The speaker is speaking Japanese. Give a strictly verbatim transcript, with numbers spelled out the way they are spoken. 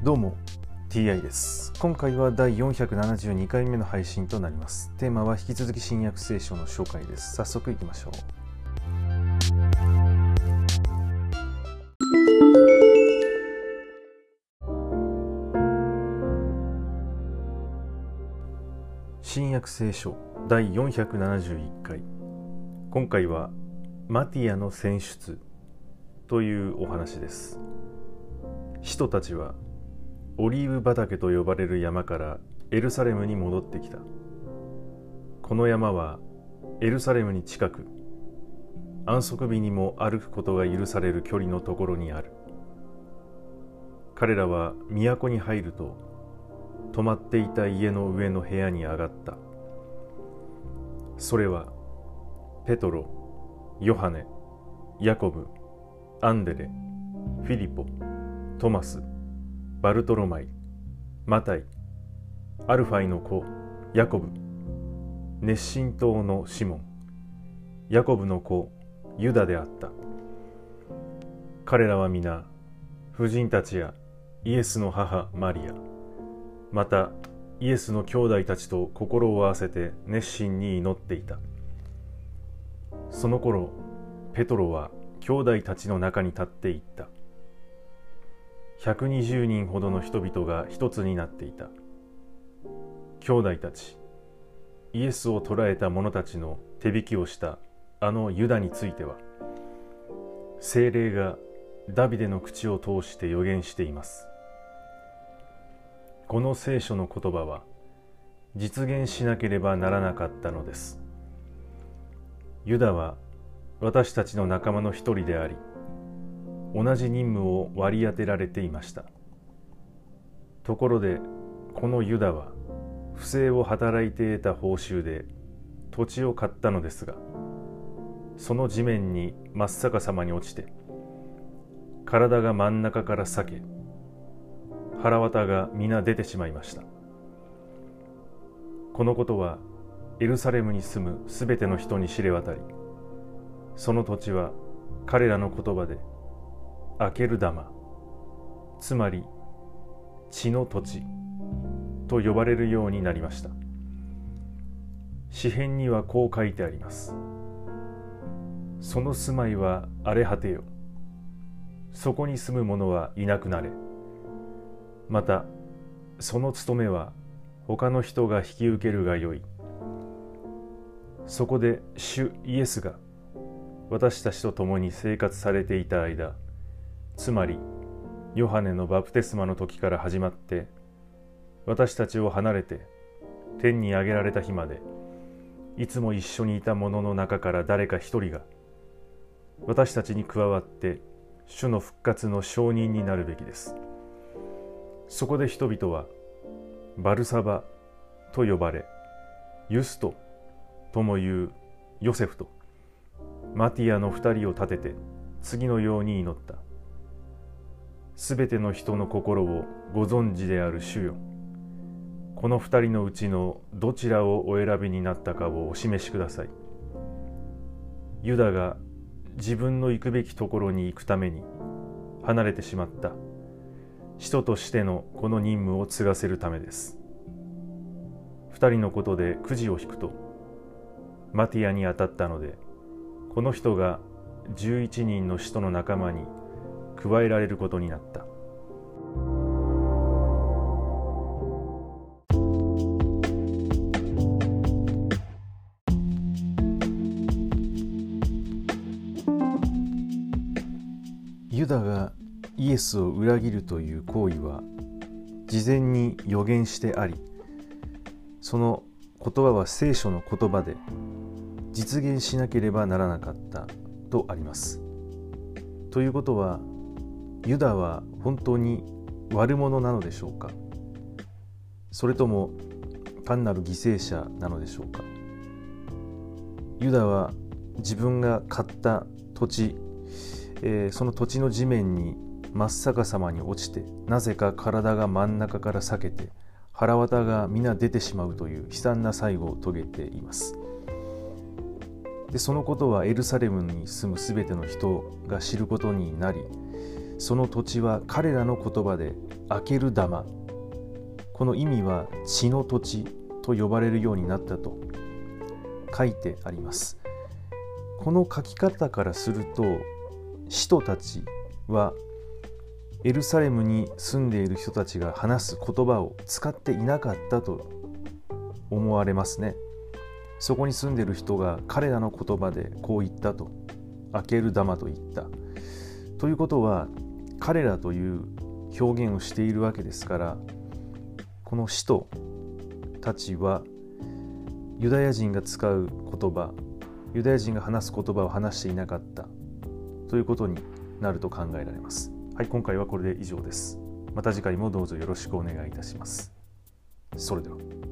どうも ティーアイ です。今回はだいよんひゃくななじゅうにかいめの配信となります。テーマは引き続き新約聖書の紹介です。早速いきましょう。新約聖書だいよんひゃくななじゅういっかい。今回はマティアの選出というお話です。使徒たちはオリーブ畑と呼ばれる山からエルサレムに戻ってきた。この山はエルサレムに近く、安息日にも歩くことが許される距離のところにある。彼らは都に入ると、泊まっていた家の上の部屋に上がった。それはペトロ、ヨハネ、ヤコブ、アンデレ、フィリポ、トマス、バルトロマイ、マタイ、アルファイの子ヤコブ、熱心党のシモン、ヤコブの子ユダであった。彼らは皆婦人たちやイエスの母マリア、またイエスの兄弟たちと心を合わせて熱心に祈っていた。その頃ペトロは兄弟たちの中に立っていった。ひゃくにじゅうにんほどの人々が一つになっていた。兄弟たち、イエスを捕らえた者たちの手引きをしたあのユダについては、聖霊がダビデの口を通して預言しています。この聖書の言葉は実現しなければならなかったのです。ユダは私たちの仲間の一人であり、同じ任務を割り当てられていました。ところでこのユダは不正を働いて得た報酬で土地を買ったのですが、その地面に真っ逆さまに落ちて、体が真ん中から裂け、腹綿が皆出てしまいました。このことはエルサレムに住むすべての人に知れ渡り、その土地は彼らの言葉でアケルダマ、つまり血の土地と呼ばれるようになりました。詩編にはこう書いてあります。その住まいは荒れ果てよ、そこに住む者はいなくなれ。またその務めは他の人が引き受けるがよい。そこで主イエスが私たちと共に生活されていた間、つまりヨハネのバプテスマの時から始まって私たちを離れて天に上げられた日まで、いつも一緒にいた者の中から誰か一人が私たちに加わって主の復活の証人になるべきです。そこで人々はバルサバと呼ばれ、ユストともいうヨセフとマティアの二人を立てて次のように祈った。すべての人の心をご存知である主よ、この二人のうちのどちらをお選びになったかをお示しください。ユダが自分の行くべきところに行くために離れてしまった使徒としてのこの任務を継がせるためです。二人のことでくじを引くとマティアに当たったので、この人がじゅういちにんの使徒の仲間に加えられることになった。ユダがイエスを裏切るという行為は事前に予言してあり、その言葉は聖書の言葉で実現しなければならなかったとあります。ということは、ユダは本当に悪者なのでしょうか。それとも単なる犠牲者なのでしょうか。ユダは自分が買った土地、えー、その土地の地面に真っ逆さまに落ちて、なぜか体が真ん中から裂けて腹綿が皆出てしまうという悲惨な最後を遂げています。でそのことはエルサレムに住むすべての人が知ることになり、 その土地は彼らの言葉でアケルダマ、この意味は血の土地と呼ばれるようになったと書いてあります。この書き方からすると、使徒たちはエルサレムに住んでいる人たちが話す言葉を使っていなかったと思われますね。そこに住んでいる人が彼らの言葉でこう言ったと、アケルダマと言った。ということは、彼らという表現をしているわけですから、この使徒たちはユダヤ人が使う言葉、ユダヤ人が話す言葉を話していなかったということになると考えられます。はい、今回はこれで以上です。また次回もどうぞよろしくお願いいたします。それでは。